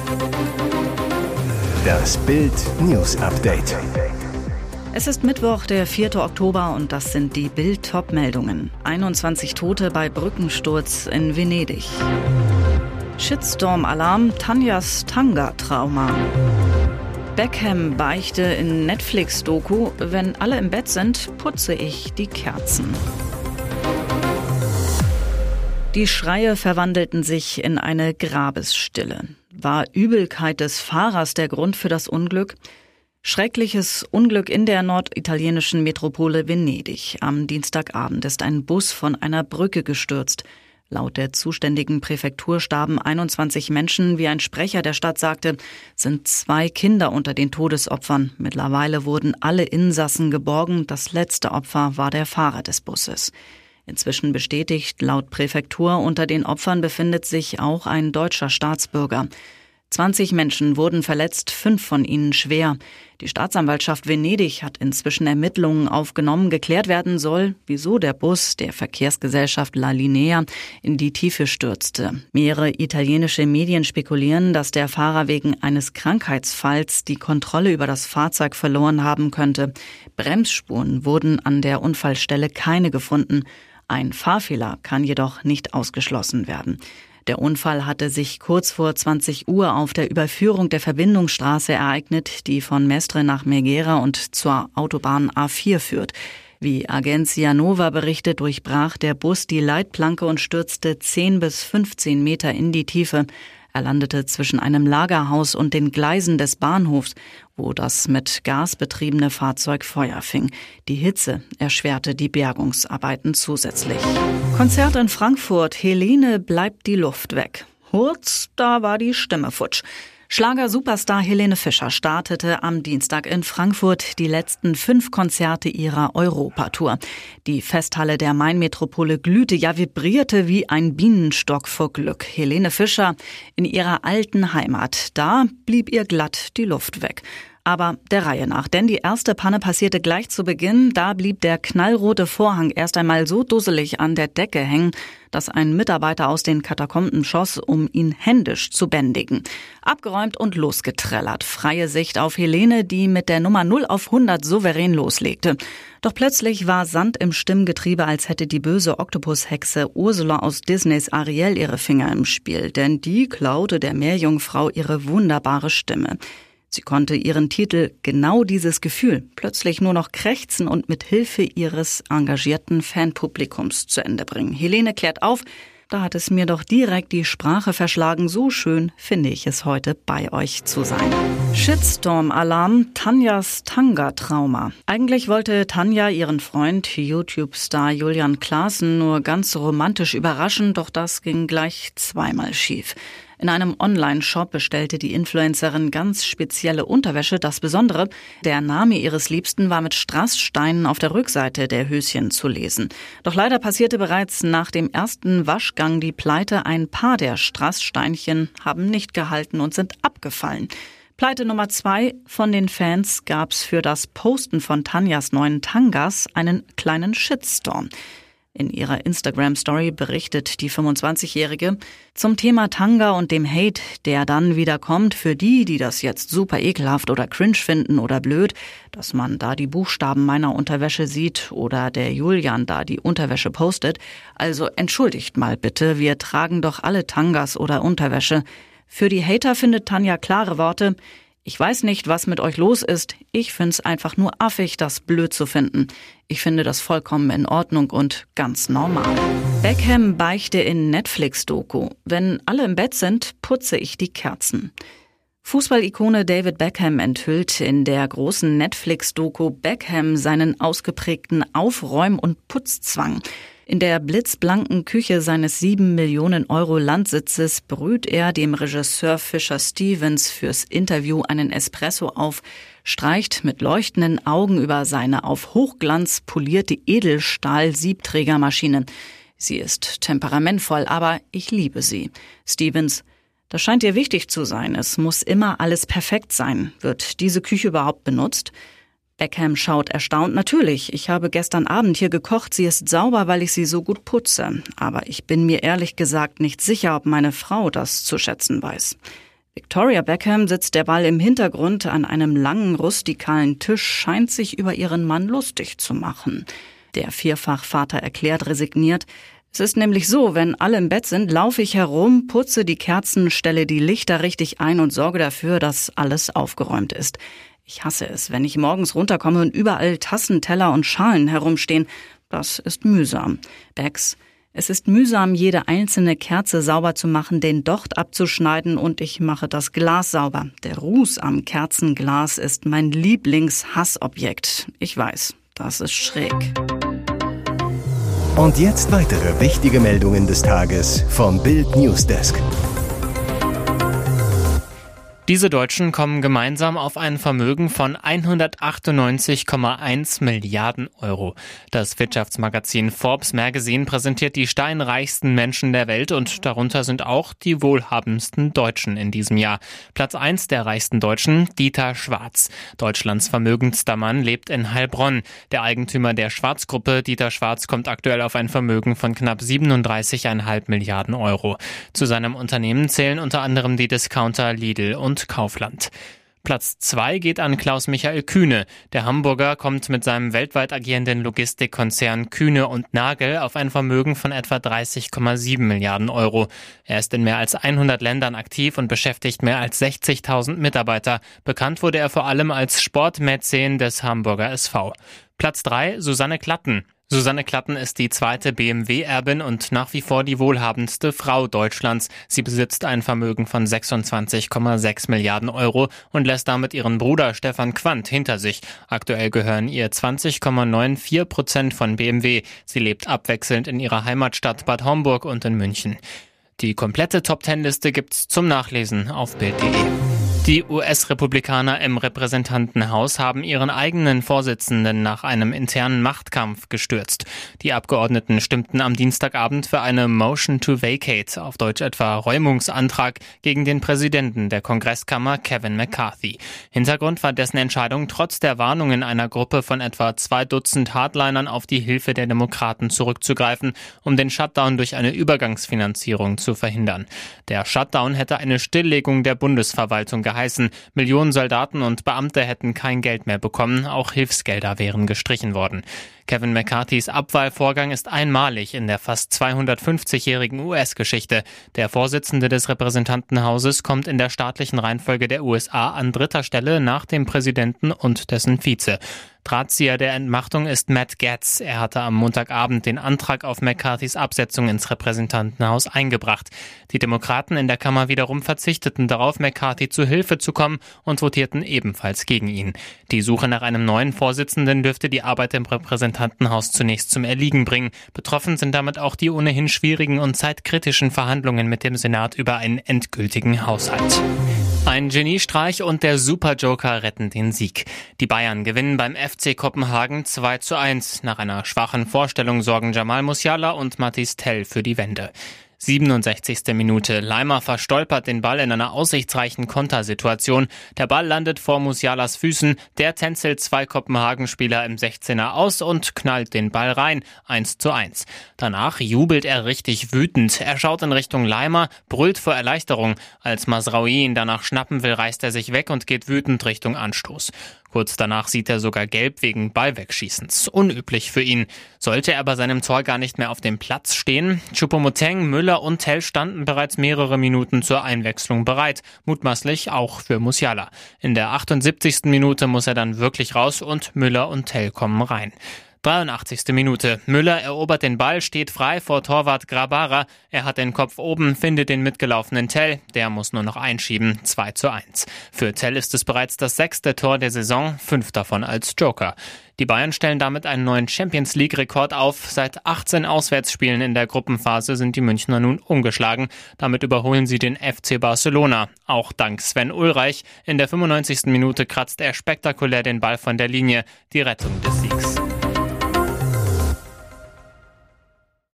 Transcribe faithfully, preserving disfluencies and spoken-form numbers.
Das Bild News Update. Es ist Mittwoch, der vierte Oktober, und das sind die Bild-Top-Meldungen. einundzwanzig Tote bei Brückensturz in Venedig. Shitstorm-Alarm, Tanjas Tanga-Trauma. Beckham Beichte in Netflix-Doku: Wenn alle im Bett sind, putze ich die Kerzen. Die Schreie verwandelten sich in eine Grabesstille. War Übelkeit des Fahrers der Grund für das Unglück? Schreckliches Unglück in der norditalienischen Metropole Venedig. Am Dienstagabend ist ein Bus von einer Brücke gestürzt. Laut der zuständigen Präfektur starben einundzwanzig Menschen. Wie ein Sprecher der Stadt sagte, sind zwei Kinder unter den Todesopfern. Mittlerweile wurden alle Insassen geborgen. Das letzte Opfer war der Fahrer des Busses. Inzwischen bestätigt laut Präfektur, unter den Opfern befindet sich auch ein deutscher Staatsbürger. zwanzig Menschen wurden verletzt, fünf von ihnen schwer. Die Staatsanwaltschaft Venedig hat inzwischen Ermittlungen aufgenommen. Geklärt werden soll, wieso der Bus der Verkehrsgesellschaft La Linea in die Tiefe stürzte. Mehrere italienische Medien spekulieren, dass der Fahrer wegen eines Krankheitsfalls die Kontrolle über das Fahrzeug verloren haben könnte. Bremsspuren wurden an der Unfallstelle keine gefunden. Ein Fahrfehler kann jedoch nicht ausgeschlossen werden. Der Unfall hatte sich kurz vor zwanzig Uhr auf der Überführung der Verbindungsstraße ereignet, die von Mestre nach Megera und zur Autobahn A vier führt. Wie Agenzia Nova berichtet, durchbrach der Bus die Leitplanke und stürzte zehn bis fünfzehn Meter in die Tiefe. Er landete zwischen einem Lagerhaus und den Gleisen des Bahnhofs, wo das mit Gas betriebene Fahrzeug Feuer fing. Die Hitze erschwerte die Bergungsarbeiten zusätzlich. Konzert in Frankfurt: Helene bleibt die Luft weg. Hurz, da war die Stimme futsch. Schlager-Superstar Helene Fischer startete am Dienstag in Frankfurt die letzten fünf Konzerte ihrer Europatour. Die Festhalle der Mainmetropole glühte, ja vibrierte wie ein Bienenstock vor Glück. Helene Fischer in ihrer alten Heimat, da blieb ihr glatt die Luft weg. Aber der Reihe nach, denn die erste Panne passierte gleich zu Beginn. Da blieb der knallrote Vorhang erst einmal so dusselig an der Decke hängen, dass ein Mitarbeiter aus den Katakomben schoss, um ihn händisch zu bändigen. Abgeräumt und losgetrellert. Freie Sicht auf Helene, die mit der Nummer null auf hundert souverän loslegte. Doch plötzlich war Sand im Stimmgetriebe, als hätte die böse Oktopushexe Ursula aus Disneys Ariel ihre Finger im Spiel. Denn die klaute der Meerjungfrau ihre wunderbare Stimme. Sie konnte ihren Titel "Genau dieses Gefühl" plötzlich nur noch krächzen und mit Hilfe ihres engagierten Fanpublikums zu Ende bringen. Helene klärt auf: Da hat es mir doch direkt die Sprache verschlagen. So schön finde ich es heute, bei euch zu sein. Shitstorm-Alarm, Tanjas Tanga-Trauma. Eigentlich wollte Tanja ihren Freund, YouTube-Star Julian Klaassen, nur ganz romantisch überraschen, doch das ging gleich zweimal schief. In einem Online-Shop bestellte die Influencerin ganz spezielle Unterwäsche. Das Besondere: Der Name ihres Liebsten war mit Strasssteinen auf der Rückseite der Höschen zu lesen. Doch leider passierte bereits nach dem ersten Waschgang die Pleite. Ein paar der Strasssteinchen haben nicht gehalten und sind abgefallen. Pleite Nummer zwei: Von den Fans gab's für das Posten von Tanjas neuen Tangas einen kleinen Shitstorm. In ihrer Instagram-Story berichtet die fünfundzwanzigjährige zum Thema Tanga und dem Hate, der dann wieder kommt: Für die, die das jetzt super ekelhaft oder cringe finden oder blöd, dass man da die Buchstaben meiner Unterwäsche sieht oder der Julian da die Unterwäsche postet. Also entschuldigt mal bitte, wir tragen doch alle Tangas oder Unterwäsche. Für die Hater findet Tanja klare Worte: Ich weiß nicht, was mit euch los ist. Ich find's einfach nur affig, das blöd zu finden. Ich finde das vollkommen in Ordnung und ganz normal. Beckham Beichte in Netflix-Doku: Wenn alle im Bett sind, putze ich die Kerzen. Fußballikone David Beckham enthüllt in der großen Netflix-Doku Beckham seinen ausgeprägten Aufräum- und Putzzwang. In der blitzblanken Küche seines sieben Millionen Euro Landsitzes brüht er dem Regisseur Fisher Stevens fürs Interview einen Espresso auf, streicht mit leuchtenden Augen über seine auf Hochglanz polierte Edelstahl-Siebträgermaschine. Sie ist temperamentvoll, aber ich liebe sie. Stevens: Das scheint dir wichtig zu sein. Es muss immer alles perfekt sein. Wird diese Küche überhaupt benutzt? Beckham schaut erstaunt. Natürlich, ich habe gestern Abend hier gekocht. Sie ist sauber, weil ich sie so gut putze. Aber ich bin mir ehrlich gesagt nicht sicher, ob meine Frau das zu schätzen weiß. Victoria Beckham sitzt derweil im Hintergrund an einem langen, rustikalen Tisch, scheint sich über ihren Mann lustig zu machen. Der Vierfachvater erklärt resigniert: Es ist nämlich so, wenn alle im Bett sind, laufe ich herum, putze die Kerzen, stelle die Lichter richtig ein und sorge dafür, dass alles aufgeräumt ist. Ich hasse es, wenn ich morgens runterkomme und überall Tassen, Teller und Schalen herumstehen. Das ist mühsam. Becks: Es ist mühsam, jede einzelne Kerze sauber zu machen, den Docht abzuschneiden, und ich mache das Glas sauber. Der Ruß am Kerzenglas ist mein Lieblingshassobjekt. Ich weiß, das ist schräg. Und jetzt weitere wichtige Meldungen des Tages vom Bild Newsdesk. Diese Deutschen kommen gemeinsam auf ein Vermögen von hundertachtundneunzig Komma eins Milliarden Euro. Das Wirtschaftsmagazin Forbes Magazine präsentiert die steinreichsten Menschen der Welt, und darunter sind auch die wohlhabendsten Deutschen in diesem Jahr. Platz eins der reichsten Deutschen: Dieter Schwarz. Deutschlands vermögendster Mann lebt in Heilbronn. Der Eigentümer der Schwarz-Gruppe, Dieter Schwarz, kommt aktuell auf ein Vermögen von knapp siebenunddreißig Komma fünf Milliarden Euro. Zu seinem Unternehmen zählen unter anderem die Discounter Lidl und Kaufland. Platz zwei geht an Klaus-Michael Kühne. Der Hamburger kommt mit seinem weltweit agierenden Logistikkonzern Kühne und Nagel auf ein Vermögen von etwa dreißig Komma sieben Milliarden Euro. Er ist in mehr als hundert Ländern aktiv und beschäftigt mehr als sechzigtausend Mitarbeiter. Bekannt wurde er vor allem als Sportmäzen des Hamburger S V. Platz drei, Susanne Klatten. Susanne Klatten ist die zweite B M W-Erbin und nach wie vor die wohlhabendste Frau Deutschlands. Sie besitzt ein Vermögen von sechsundzwanzig Komma sechs Milliarden Euro und lässt damit ihren Bruder Stefan Quandt hinter sich. Aktuell gehören ihr zwanzig Komma vierundneunzig Prozent von B M W. Sie lebt abwechselnd in ihrer Heimatstadt Bad Homburg und in München. Die komplette Top-Zehn-Liste gibt's zum Nachlesen auf bild punkt de. Die U S-Republikaner im Repräsentantenhaus haben ihren eigenen Vorsitzenden nach einem internen Machtkampf gestürzt. Die Abgeordneten stimmten am Dienstagabend für eine Motion to Vacate, auf Deutsch etwa Räumungsantrag, gegen den Präsidenten der Kongresskammer, Kevin McCarthy. Hintergrund war dessen Entscheidung, trotz der Warnungen einer Gruppe von etwa zwei Dutzend Hardlinern auf die Hilfe der Demokraten zurückzugreifen, um den Shutdown durch eine Übergangsfinanzierung zu verhindern. Der Shutdown hätte eine Stilllegung der Bundesverwaltung gehalten. heißen, Millionen Soldaten und Beamte hätten kein Geld mehr bekommen, auch Hilfsgelder wären gestrichen worden. Kevin McCarthys Abwahlvorgang ist einmalig in der fast zweihundertfünfzigjährigen U S-Geschichte. Der Vorsitzende des Repräsentantenhauses kommt in der staatlichen Reihenfolge der U S A an dritter Stelle nach dem Präsidenten und dessen Vize. Drahtzieher der Entmachtung ist Matt Gaetz. Er hatte am Montagabend den Antrag auf McCarthys Absetzung ins Repräsentantenhaus eingebracht. Die Demokraten in der Kammer wiederum verzichteten darauf, McCarthy zu Hilfe zu kommen, und votierten ebenfalls gegen ihn. Die Suche nach einem neuen Vorsitzenden dürfte die Arbeit im Repräsentantenhaus zunächst zum Erliegen bringen. Betroffen sind damit auch die ohnehin schwierigen und zeitkritischen Verhandlungen mit dem Senat über einen endgültigen Haushalt. Ein Geniestreich und der Superjoker retten den Sieg. Die Bayern gewinnen beim F C Kopenhagen zwei zu eins. Nach einer schwachen Vorstellung sorgen Jamal Musiala und Mathys Tel für die Wende. siebenundsechzigste Minute. Leimer verstolpert den Ball in einer aussichtsreichen Kontersituation. Der Ball landet vor Musialas Füßen. Der tänzelt zwei Kopenhagen-Spieler im sechzehner aus und knallt den Ball rein. eins zu eins. Danach jubelt er richtig wütend. Er schaut in Richtung Leimer, brüllt vor Erleichterung. Als Mazraoui ihn danach schnappen will, reißt er sich weg und geht wütend Richtung Anstoß. Kurz danach sieht er sogar gelb wegen Ballwegschießens. Unüblich für ihn. Sollte er bei seinem Tor gar nicht mehr auf dem Platz stehen? Choupo-Moting, Müller und Tel standen bereits mehrere Minuten zur Einwechslung bereit. Mutmaßlich auch für Musiala. In der achtundsiebzigsten Minute muss er dann wirklich raus und Müller und Tel kommen rein. dreiundachtzigste Minute. Müller erobert den Ball, steht frei vor Torwart Grabara. Er hat den Kopf oben, findet den mitgelaufenen Tel. Der muss nur noch einschieben. zwei zu eins. Für Tel ist es bereits das sechste Tor der Saison, fünf davon als Joker. Die Bayern stellen damit einen neuen Champions-League-Rekord auf. Seit achtzehn Auswärtsspielen in der Gruppenphase sind die Münchner nun ungeschlagen. Damit überholen sie den F C Barcelona. Auch dank Sven Ulreich. In der fünfundneunzigsten Minute kratzt er spektakulär den Ball von der Linie. Die Rettung des Siegs.